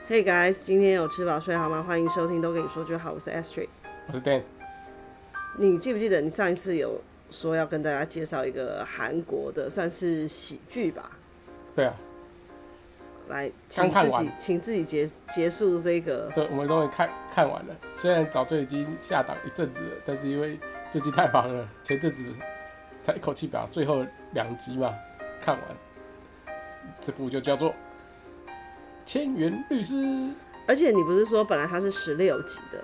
Hey guys， 今天有吃饱睡好吗？欢迎收听都跟你说就好，我是 Astrid， 我是 Dan。 你记不记得你上一次有说要跟大家介绍一个韩国的算是喜剧吧？ 对啊， 来， 刚看完， 请自己结束这个。 对，我们终于看完了。虽然早就已经下档一阵子了，但是因为最近太忙了，前阵子才一口气把最后2集嘛看完。这部就叫做《千元律师》， 而且你不是说本来它是16集的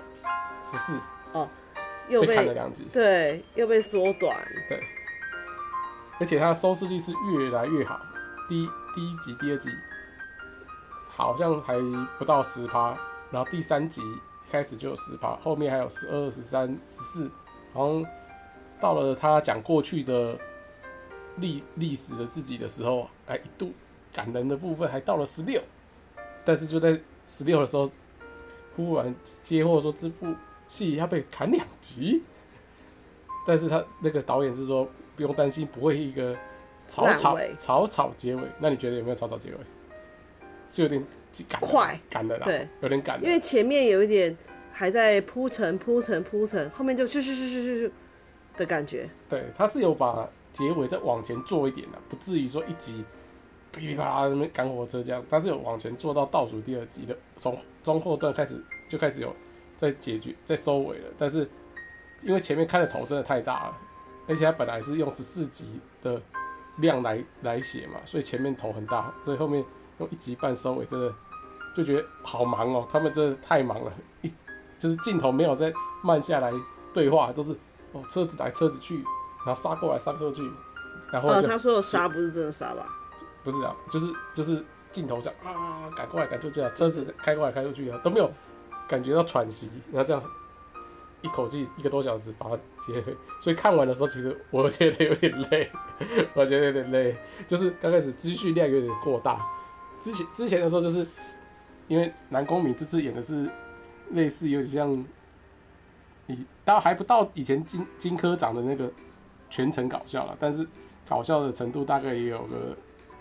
14 哦，又被砍了2集， 对，又被缩短， 对，而且它的收视率是越来越好。第一集、第2集好像还不到10%，然后第3集开始就有10%，后面还有12、13、14，好像到了他讲过去的历史的自己的时候，一度感人的部分还到了16，但是就在16的时候，忽然接获说这部戏要被砍2集，但是他那个导演是说不用担心，不会一个草草结尾。那你觉得有没有草草结尾？是有点赶的啦， 对， 有点赶， 因为前面有一点还在铺陈，后面就咻的感觉。 对，他是有把结尾再往前做一点的，不至于说一集噼里啪啦那边赶火车这样，他是有往前做到倒数第2集的，从中后段开始有在解决、在收尾了。但是因为前面开的头真的太大了，而且他本来是用14集的量来写嘛，所以前面头很大，所以后面用1集半收尾，真的就觉得好忙哦，他们真的太忙了，就是镜头没有再慢下来对话，都是车子来车子去，然后杀过来杀过去，然后他说的杀不是真的杀吧？ 不是啊，就是镜头这样赶过来赶过去啊，车子开过来开过去啊，都没有感觉到喘息，然后这样一口气1个多小时把它结尾，所以看完的时候，其实我觉得有点累，我觉得有点累，就是刚开始资讯量有点过大。之前的时候，就是因为南宫珉这次演的是类似有点像，还不到以前金科长的那个全程搞笑了，但是搞笑的程度大概也有个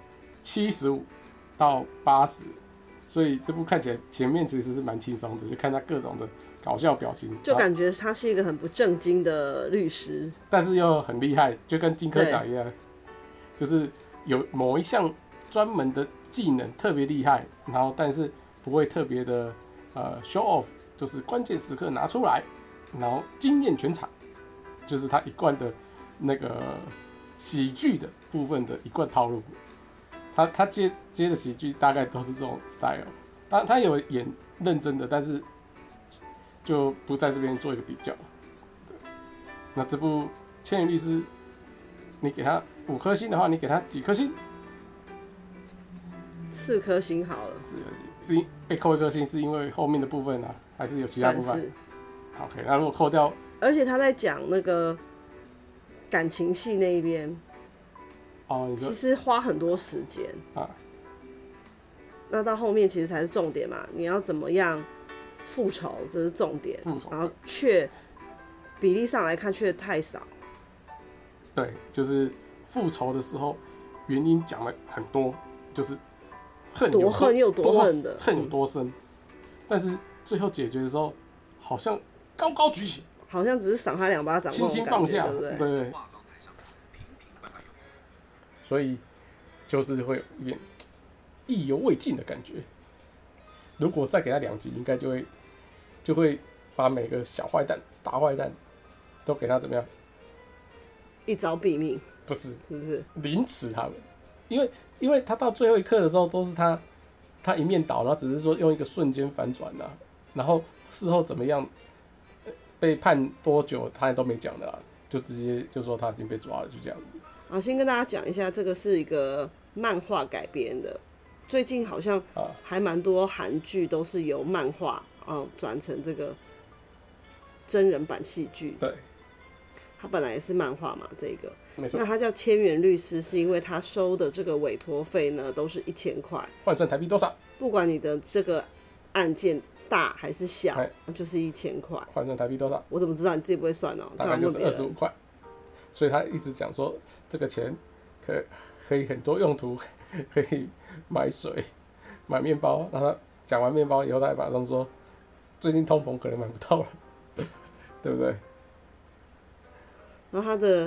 75到80，所以这部看起来前面其实是蛮轻松的，就看他各种的搞笑表情， 就感觉他是一个很不正经的律师， 但是又很厉害，就跟金科长一样，就是有某一项专门的技能特别厉害，然后但是不会特别的show off， 就是关键时刻拿出来，然后惊艳全场，就是他一贯的那个喜剧的部分的一贯套路。他接的喜剧大概都是这种 style， 他有演认真的，但是就不在这边做一个比较。那这部《千元律师》，你给他5颗星的话，你给他几颗星 ？4颗星好了。 是被扣1颗星，是因为后面的部分啊，还是有其他部分？OK， 那如果扣掉， 而且他在讲那个感情戏那一边，其实花很多时间啊。那到后面其实才是重点嘛，你要怎么样复仇，这是重点。然后比例上来看却太少。 对，就是复仇的时候，原因讲了很多，就是多恨又多恨的， 恨有多深。但是最后解决的时候，好像高高举起， 好像只是赏他2巴掌， 轻轻放下，对不对？对。所以就是会有一点意犹未尽的感觉。如果再给他2集，应该就会把每个小坏蛋、大坏蛋都给他怎么样？ 一招毙命？ 不是， 是不是凌迟他们？因为他到最后一刻的时候，都是他一面倒，然后只是说用一个瞬间反转啊，然后事后怎么样被判多久，他也都没讲的啊，就直接就说他已经被抓了，就这样子。 好，先跟大家讲一下，这个是一个漫画改编的。最近好像还蛮多韩剧都是由漫画转成这个真人版戏剧。 对， 它本来也是漫画嘛，这个。 没错。 那它叫千元律师，是因为他收的这个委托费呢都是1000块， 换算台币多少？ 不管你的这个案件大还是小，就是1000块。 换算台币多少？ 我怎么知道？你自己不会算哦？ 大概就是25块。所以他一直讲说，这个钱可以很多用途，可以买水、买面包，然后讲完面包以后，他还马上说，最近通膨可能买不到了，对不对？ 然后他的，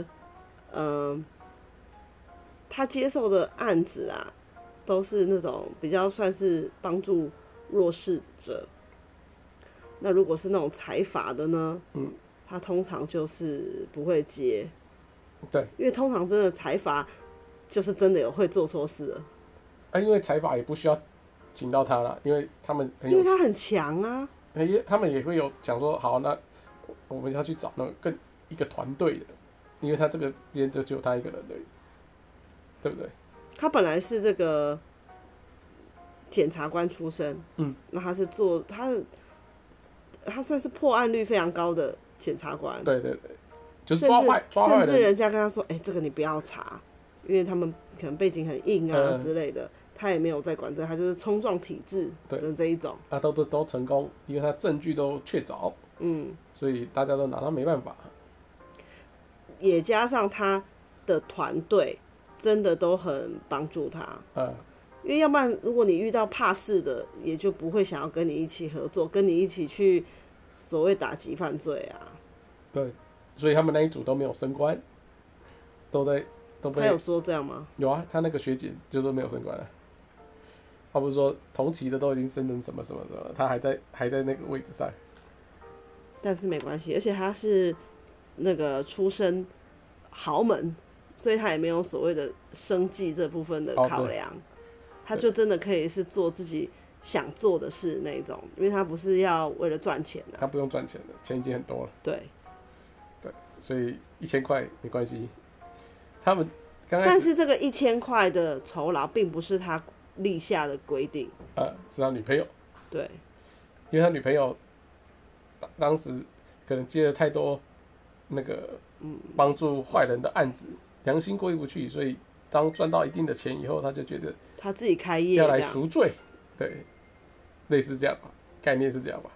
他接受的案子啊，都是那种比较算是帮助弱势者。那如果是那种财阀的呢，他通常就是不会接。 对， 因为通常真的财阀就是真的有会做错事了。 因为财阀也不需要请到他了，因为他们因为他很强啊。 他们也会有讲说，好，那我们要去找那个一个团队的，因为他这个边就只有他一个人而已，对不对？ 他本来是这个检察官出身，那他是做他算是破案率非常高的检察官。 对对对，就是抓坏人， 甚至人家跟他说，这个你不要查，因为他们可能背景很硬啊之类的，他也没有在管这，他就是冲撞体制的这一种。 都成功，因为他证据都确凿，所以大家都拿他没办法。 也加上他的团队真的都很帮助他，因为要不然如果你遇到怕事的，也就不会想要跟你一起合作，跟你一起去所谓打击犯罪啊。 对，所以他们那一组都没有升官，都被。 他有说这样吗？ 有啊，他那个学姐就说没有升官了。他不是说同期的都已经升成什么什么的，他还在那个位置上。 但是没关系，而且他是那个出身豪门，所以他也没有所谓的生计这部分的考量，他就真的可以是做自己想做的事那种，因为他不是要为了赚钱的。 他不用赚钱的，钱已经很多了。 对， 所以1000块没关系。他们但是这个1000块的酬劳并不是他立下的规定， 是他女朋友。 对， 因为他女朋友当时可能接了太多那个帮助坏人的案子，良心过意不去，所以当赚到一定的钱以后，他就觉得他自己开业要来赎罪，对，类似这样吧，概念是这样吧，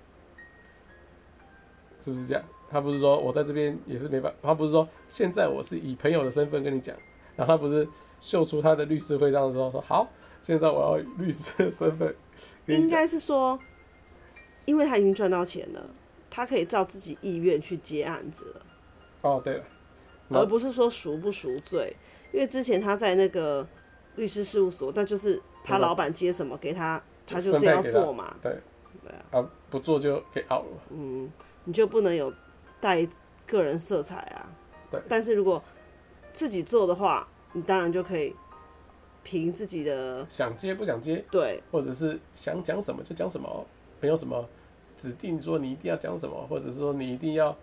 是不是这样？他不是说我在这边也是没办法，他不是说现在我是以朋友的身份跟你讲，然后他不是秀出他的律师徽章的时候说好，现在我要以律师的身份， 应该是说，因为他已经赚到钱了，他可以照自己意愿去接案子了。 对了， 而不是说赎不赎罪，因为之前他在那个律师事务所，那就是他老板接什么给他，他就是要做嘛。 对啊，不做就给 out 了。 你就不能有带个人色彩啊。 对。 但是如果自己做的话，你当然就可以凭自己的想接不想接， 对， 或者是想讲什么就讲什么，没有什么指定说你一定要讲什么，或者是说你一定要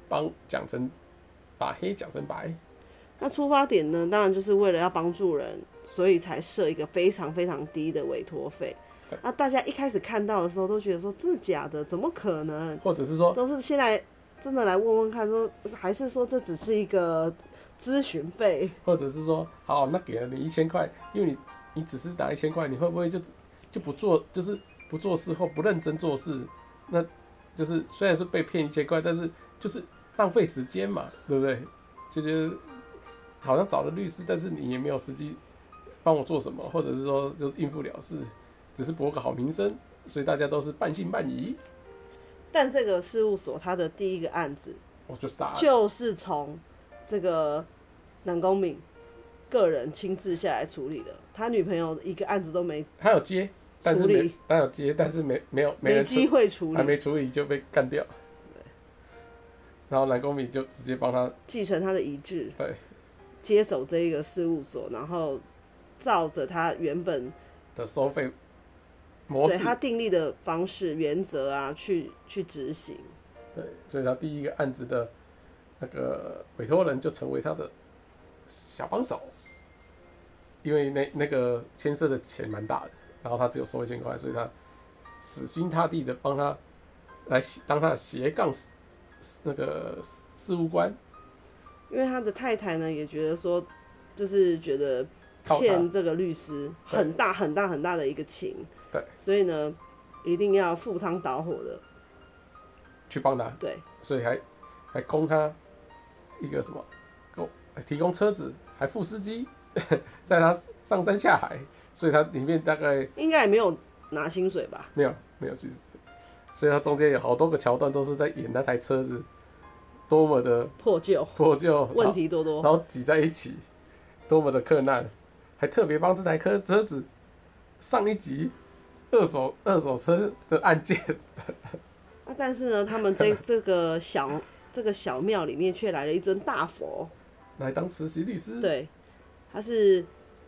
把黑讲成白。 那出发点呢，当然就是为了要帮助人，所以才设一个非常非常低的委托费。那大家一开始看到的时候都觉得说真的假的，怎么可能？ 或者是说都是现在真的来问问看说，还是说这只是一个咨询费？ 或者是说好，那给了你1000块，因为你只是打1000块，你会不会就不做，就是不做事或不认真做事？那就是虽然是被骗1000块，但是就是浪费时间嘛，对不对？就觉得好像找了律师，但是你也没有实际帮我做什么，或者是说就应付了事，只是博个好名声，所以大家都是半信半疑。 但这个事务所他的第一个案子， 就是从这个南宫闵个人亲自下来处理的，他女朋友一个案子都没， 他有接，但是没机会处理， 还没处理就被干掉。然后南宫闵就直接帮他继承他的遗志， 对， 接手这一个事务所，然后照着他原本的收费模式， 对他订立的方式原则啊，去执行。 对，所以他第一个案子的那个委托人就成为他的小帮手，因为那个牵涉的钱蛮大的，然后他只有收1000块，所以他死心塌地的帮他来当他的斜杠那个事务官。 因为他的太太呢也觉得说，就是觉得欠这个律师很大很大很大的一个情， 对， 所以呢一定要赴汤蹈火的去帮他， 对， 所以还供他一个什么，提供车子，还付司机，在他上山下海，所以他里面大概应该也没有拿薪水吧？ 没有薪水，所以他中间有好多个桥段都是在演那台车子多么的破旧， 问题多多， 然后挤在一起，多么的克难，还特别帮这台车子上一集二手车的案件。 但是呢，他们这个小庙里面却来了一尊大佛， 来当实习律师。 对，他是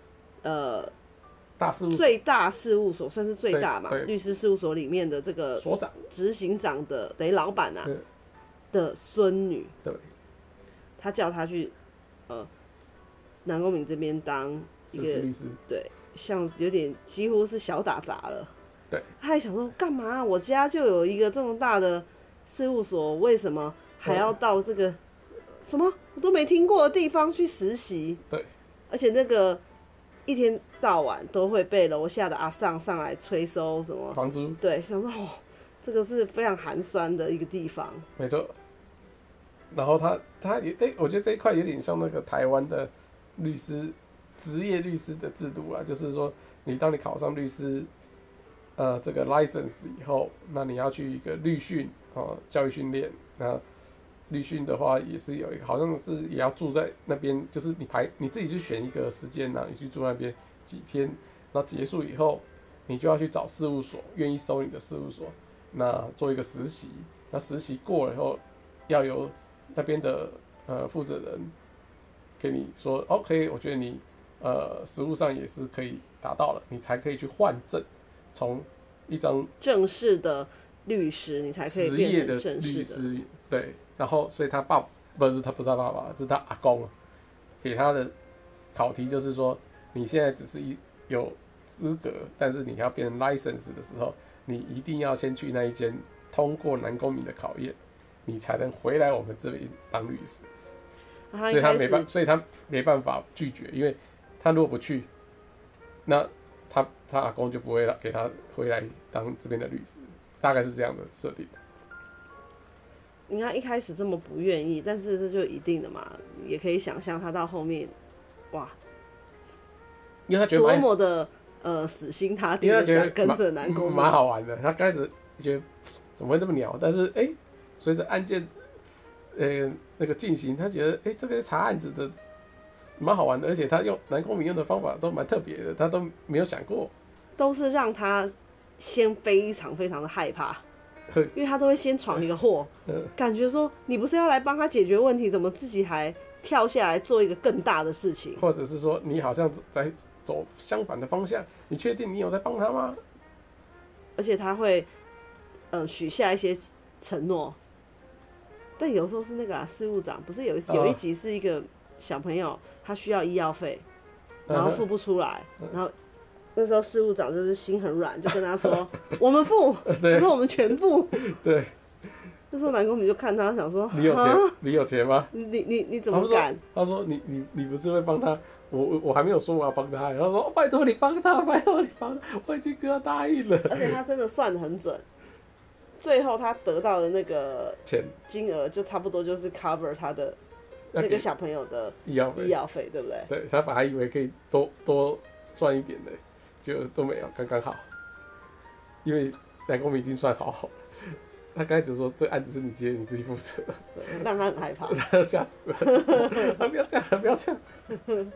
最大事务所，算是最大嘛，律师事务所里面的这个所长、 执行长的等于老板啊的孙女。 对， 他叫他去南宫珉这边当一个实习律师， 对，像有点几乎是小打杂了。 对， 他还想说干嘛？我家就有一个这么大的事务所，为什么还要到这个什么我都没听过的地方去实习？ 对， 而且那个一天到晚都会被楼下的阿桑上来催收什么房租。 对，想说这个是非常寒酸的一个地方。 没错。然后他也我觉得这一块有点像那个台湾的律师职业律师的制度啦，就是说当你考上律师这个 license 以后，那你要去一个律训教育训练。那律训的话也是有一个，好像是也要住在那边，就是你自己去选一个时间你去住那边几天，然后结束以后，你就要去找事务所愿意收你的事务所，那做一个实习。那实习过了以后，要由那边的负责人给你说 OK， 我觉得你实务上也是可以达到了，你才可以去换证。从一张正式的律师，你才可以变成正式的律师。对，然后所以他不是他爸爸，是他阿公给他的考题就是说，你现在只是有资格，但是你要变成 license 的时候，你一定要先去那一间通过南宫珉的考验，你才能回来我们这边当律师。所以他没办法拒绝，因为他如果不去，那他阿公就不会给他回来当这边的律师，大概是这样的设定。 你看一开始这么不愿意，但是这就一定的嘛，也可以想象他到后面，哇， 因为他觉得多么的死心塌地的想跟着南宫珉， 蛮好玩的。他开始觉得怎么会这么鸟，但是随着案件那个进行，他觉得这个查案子的蛮好玩的，而且他南宫珉用的方法都蛮特别的，他都没有想过， 都是让他先非常非常的害怕。因为他都会先闯一个祸，感觉说你不是要来帮他解决问题，怎么自己还跳下来做一个更大的事情？ 或者是说你好像在走相反的方向，你确定你有在帮他吗？ 而且他会许下一些承诺，但有时候是那个事务长，不是有一集是一个小朋友他需要医药费，然后付不出来，然后那时候事务长就是心很软，就跟他说我们付，他说我们全付。 对， 那时候南宫珉就看他想说你有钱吗？ 你怎么敢？ 他说你不是会帮他，我还没有说我要帮他，然后说拜托你帮他，拜托你帮他，我已经跟他答应了。 而且他真的算得很准，最后他得到的那个金额就差不多就是 cover 他的那个小朋友的医药费，对不对？ 对，他本来以为可以多赚一点的，就都没有，刚刚好。因为南宫珉已经算好，他刚才只说这个案子是你接，你自己负责， 让他很害怕， 他吓死了。他不要这样，不要这样。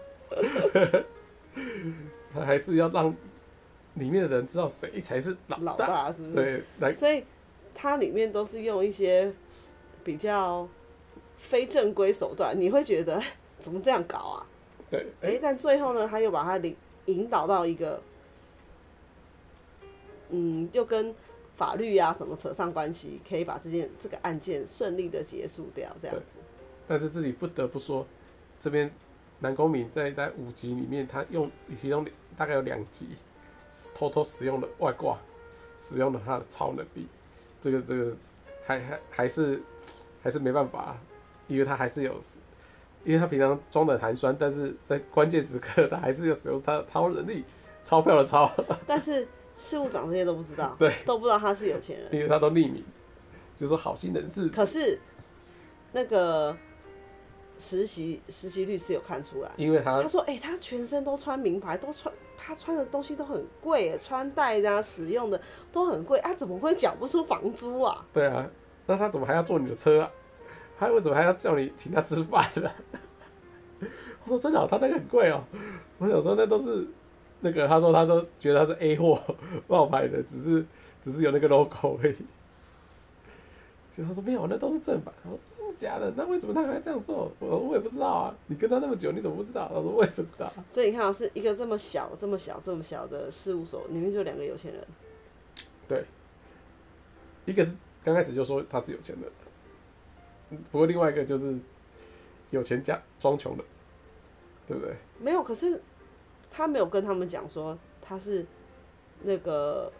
他还是要让里面的人知道谁才是老大， 是不是？ 对， 所以它里面都是用一些比较非正规手段，你会觉得怎么这样搞啊？ 对， 但最后呢，他又把他引导到一个，又跟法律啊什么扯上关系，可以把这个案件顺利的结束掉，这样子。 但是自己不得不说，这边南宫珉在5集里面，他其中大概有2集偷偷使用了外挂，使用了他的超能力，这个还是没办法，因为他还是有，因为他平常装的寒酸，但是在关键时刻他还是有使用他的超能力，钞票的钞。 但是事务长这些都不知道， 对， 都不知道他是有钱人， 因为他都匿名，就说好心人士。 可是那个实习律师有看出来， 因为他说他全身都穿名牌，都穿他穿的东西都很贵，穿戴啊使用的都很贵啊，怎么会缴不出房租啊？ 对啊，那他怎么还要坐你的车啊？他为什么还要叫你请他吃饭呢？我说真的、他那个很贵哦。我想说那都是那个，他说他都觉得他是 A 货冒牌的，只是有那个 logo 而已。结果他说没有，那都是正版。我说真的假的？那为什么他还这样做？我说我也不知道啊。你跟他那么久，你怎么不知道？他说我也不知道。 所以你看，是一个这么小的事务所，里面就2个有钱人。 对，一个是刚开始就说他是有钱的，不过另外一个就是有钱加装穷的，对不对？ 没有，可是他没有跟他们讲说他是那个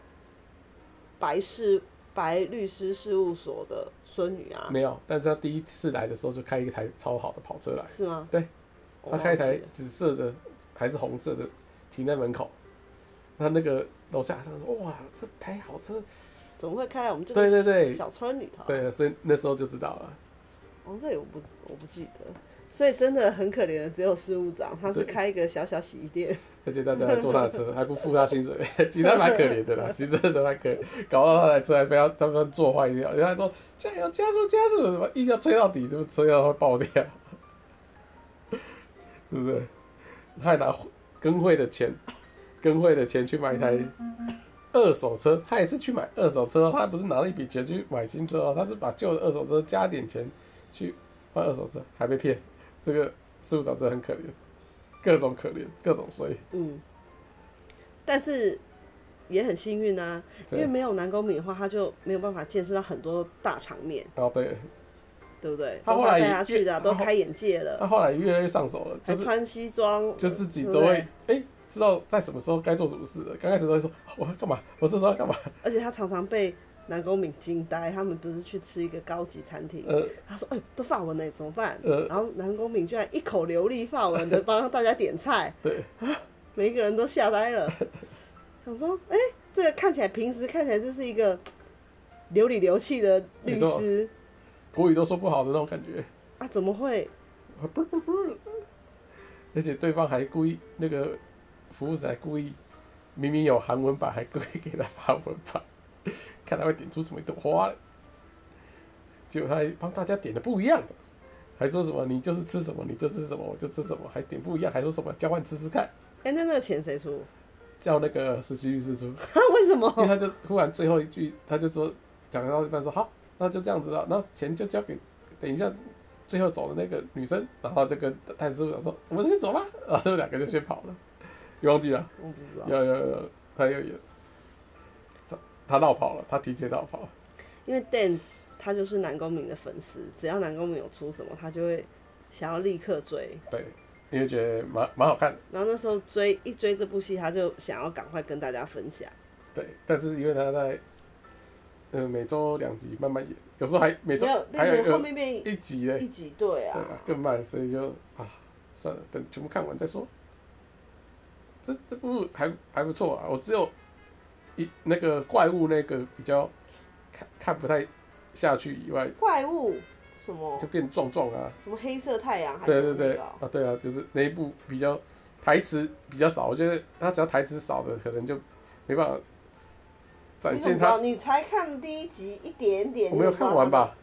白律师事务所的孙女啊。 没有，但是他第一次来的时候就开一台超好的跑车来。 是吗？ 对，他开一台紫色的还是红色的，停在门口。那个楼下他说：“哇，这台好车怎么会开在我们这个小村里头？” 对，所以那时候就知道了。 哦，这我不记得。所以真的很可怜的，只有事务长，他是开一个小洗衣店， 而且大家还坐他的车，还不付他薪水，其实他蛮可怜的啦，其实真的蛮可怜，搞到他台车还被他们坐坏掉，人家说加油加速，什么硬要吹到底，这车要会爆掉，对不对？他还拿更会的钱去买一台二手车，他也是去买二手车，他不是拿了一笔钱去买新车哦，他是把旧的二手车加点钱去换二手车，还被骗。这个事务长真的很可怜，各种可怜，各种衰。 但是也很幸运啊，因为没有南宫珉的话，他就没有办法见识到很多大场面。 哦，对， 对不对？ 他后来带他去的、都开眼界了。 他后来越来越上手了，就是还穿西装， 就自己都会知道在什么时候该做什么事了。刚开始都会说我要干嘛，我这时候要干嘛。 而且他常常被南宫珉惊呆，他们不是去吃一个高级餐厅，他说：“都法文呢，怎么办？”然后南宫珉居然一口流利法文的帮大家点菜， 对， 每一个人都吓呆了，想说：“这个看起来平时看起来就是一个流里流气的律师， 国语都说不好的那种感觉啊，怎么会？ 不，而且对方还故意那个服务生还故意明明有韩文版，还故意给他法文版。”看他会点出什么一朵花来，结果他还帮大家点的不一样的，还说什么你就是吃什么你就吃什么我就吃什么，还点不一样，还说什么交换吃吃看。 那个钱谁出？ 叫那个实习律师出。 为什么？ 因为他就忽然最后一句，他就说讲到一半说好，那就这样子了，然后钱就交给等一下最后走的那个女生，然后就跟太子师傅讲说我们先走吧，然后他们2个就先跑了。你忘记了？ 我不知道。 有，他有演。他绕跑了，他提前绕跑。 因为 Dan 他就是南宫珉的粉丝，只要南宫珉有出什么，他就会想要立刻追。 对，因为觉得蛮好看的。 然后那时候一追这部戏，他就想要赶快跟大家分享。 对，但是因为他在每周2集慢慢演，有时候还每周还有一个后面变一集嘞， 一集对啊， 更慢，所以就算了，等全部看完再说。这部还不错啊，我只有那个怪物那个比较看不太下去以外， 怪物什么就变壮啊， 什么黑色太阳还是什么、那个、对啊，就是那一部比较台词比较少，我觉得他只要台词少的可能就没办法展现他。 你才看第1集一点点， 我没有看完吧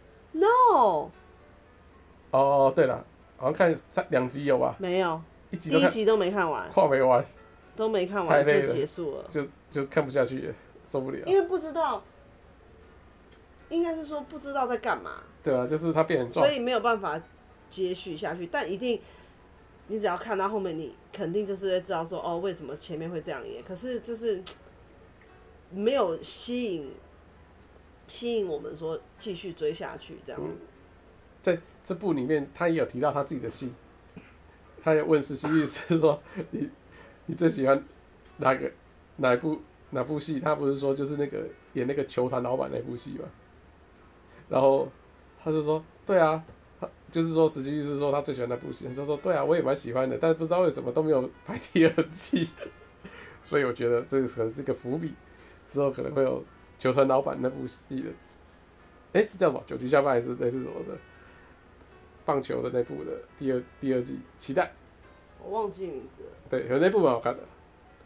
？No。 哦，对了，好像看2集有吧？ 没有， 第 1集都没看完， 跨没完。 都没看完就结束了， 就看不下去了，受不了。 因为不知道，应该是说不知道在干嘛。 对啊，就是他变很壮， 所以没有办法接续下去。但一定，你只要看到后面，你肯定就是会知道说，为什么前面会这样演。可是就是没有吸引我们说继续追下去这样子。 在这部里面，他也有提到他自己的戏，他也问实习律师说你最喜欢哪部戏？他不是说就是那个演那个球团老板那部戏吗？然后他就说对啊，就是说实习律师说他最喜欢那部戏，他就说对啊，我也蛮喜欢的，但是不知道为什么都没有拍第2季，所以我觉得这个可能是个伏笔，之后可能会有球团老板那部戏的，是叫什么9局下半还是类似什么的棒球的那部的第二季，期待。 我忘记名字了。 对，有那部蛮好看的。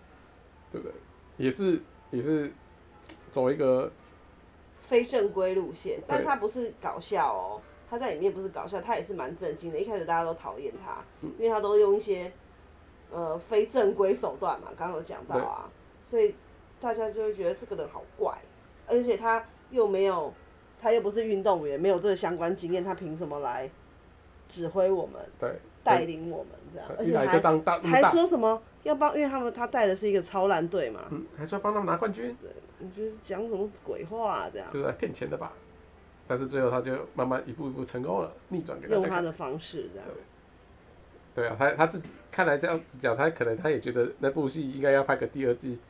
对不对？也是走一个非正规路线，但他不是搞笑哦，他在里面不是搞笑，他也是蛮震惊的。一开始大家都讨厌他，因为他都用一些非正规手段嘛，刚刚有讲到啊，所以大家就会觉得这个人好怪，而且他又不是运动员，没有这个相关经验，他凭什么来指挥我们？ 对， 带领我们这样，而且还说什么要帮，因为他带的是一个超烂队嘛， 还说帮他们拿冠军。 对，你觉得讲什么鬼话啊？这样就是在骗钱的吧？但是最后他就慢慢一步一步成功了，逆转给大家看。 用他的方式这样。 对啊，他自己看来这样子讲，他也觉得那部戏应该要拍个第二季。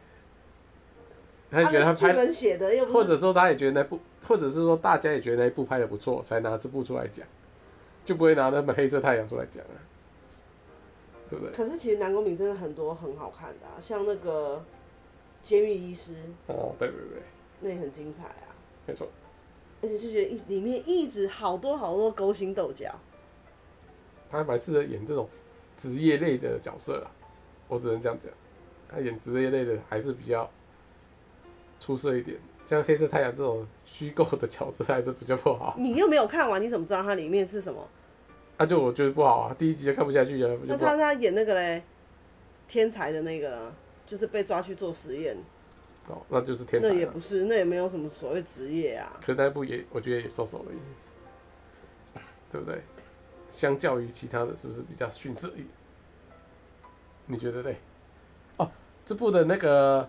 他觉得他拍，或者说他也觉得那部，或者是说大家也觉得那一部拍的不错，才拿这部出来讲，就不会拿那本《黑色太阳》出来讲了，对不对？ 可是其实南宫珉真的很多很好看的啊，像那个《监狱医师》 哦，对， 那也很精彩啊， 没错。 而且就觉得里面一直好多勾心斗角。 他还蛮适合演这种职业类的角色啊，我只能这样讲。他演职业类的还是比较出色一点，像黑色太阳这种虚构的角色还是比较不好。 你又没有看完，你怎么知道它里面是什么？ 就我觉得不好啊，第一集就看不下去了。 那他演那个嘞，天才的那个，就是被抓去做实验。 哦，那就是天才。 那也不是，那也没有什么所谓职业啊。 可是那部我觉得也收手而已，对不对？相较于其他的，是不是比较逊色一点？你觉得嘞？哦，这部的那个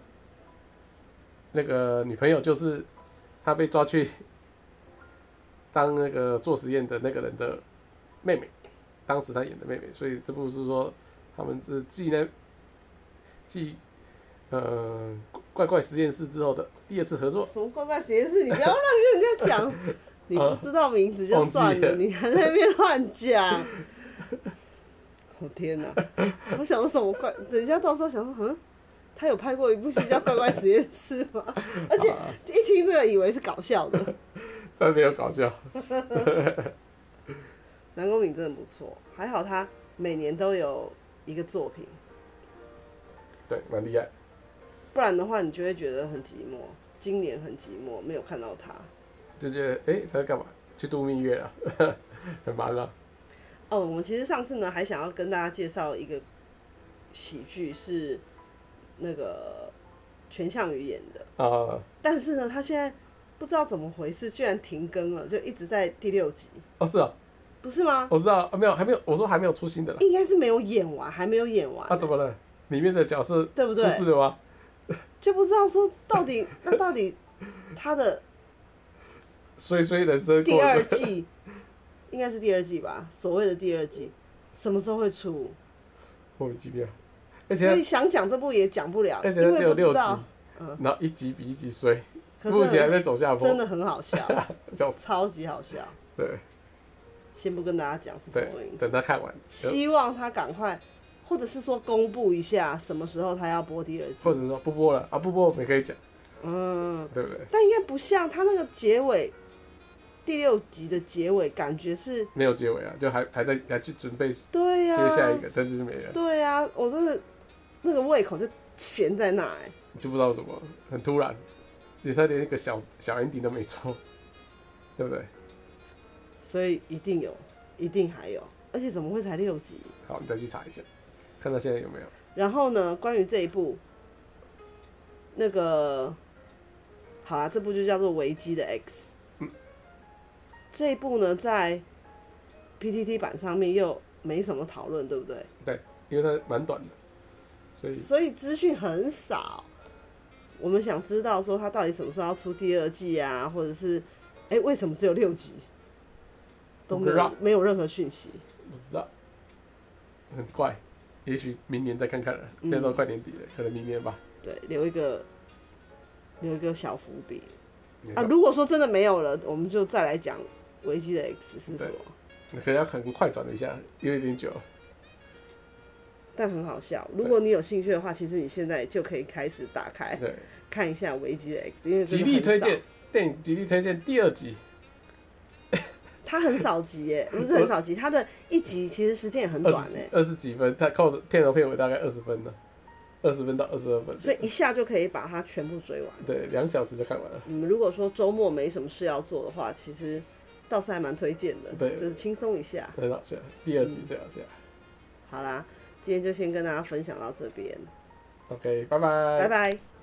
女朋友就是他被抓去当那个做实验的那个人的妹妹，当时他演的妹妹，所以这部是说他们是继怪怪实验室之后的第二次合作。 什么怪怪实验室？你不要乱跟人家讲，你不知道名字就算了，你还在那边乱讲。我天哪！我想说什么怪？人家到时候想说，他有拍过一部戏叫《怪怪实验室》吗？而且一听这个以为是搞笑的， 但没有搞笑。 南宫珉真的不错，还好他每年都有一个作品， 对，蛮厉害。 不然的话，你就会觉得很寂寞。今年很寂寞，没有看到他， 就觉得他在干嘛？去度蜜月了，很忙啊。 哦，我们其实上次呢还想要跟大家介绍一个喜剧，是那个全相宇演的但是呢，他现在不知道怎么回事，居然停更了，就一直在第6集。 哦，是啊， 不是吗？ 我知道，没有，还没有，我说还没有出新的了。 应该是没有演完，还没有演完。 怎么了？里面的角色对不对？ 出事了吗？ 就不知道说到底他的衰人生第2季应该是第2季吧？所谓的第2季什么时候会出？ 莫名其妙。 所以想讲这部也讲不了， 而且它只有6集，然后一集比一集衰，目前还在走下坡， 真的很好笑，超级好笑。 对， 先不跟大家讲是什么名字， 等他看完， 希望他赶快，或者是说公布一下什么时候他要播第2季， 或者说不播了不播我们可以讲，对不对？ 但应该不像他那个结尾，第6集的结尾感觉是没有结尾啊，就还去准备对呀接下一个，但是就没了。 对呀，我真的那个胃口就悬在那就不知道什么，很突然，他连一个小 ending 都没做，对不对？ 所以一定有，一定还有，而且怎么会才6集？ 好，你再去查一下，看他现在有没有。 然后呢，关于这一部，那个好啦，这部就叫做《危机的 X》。这一部呢，在 PTT 版上面又没什么讨论，对不对？ 对，因为它蛮短的。 所以资讯很少，我们想知道说他到底什么时候要出第2季啊，或者是为什么只有6集，都没有任何讯息。 不知道，很怪，也许明年再看看了。现在都快年底了，可能明年吧。 对，留一个小伏笔如果说真的没有了，我们就再来讲危机的 X 是什么。 可能要很快转一下，因为有点久了。 但很好笑，如果你有兴趣的话，其实你现在就可以开始打开看一下《危机的 X》，因为极力推荐电影，极力推荐第2集。 它很少集耶，不是很少集，它的1集其实时间也很短耶， 20几分，它扣片头片尾大概20分呢。 20分到22分， 所以一下就可以把它全部追完。 对，2小时就看完了。 如果说周末没什么事要做的话，其实倒是还蛮推荐的。 对， 就是轻松一下。 很好笑，第2集最好笑。 好啦，今天就先跟大家分享到这边。 OK， 拜拜。 拜拜。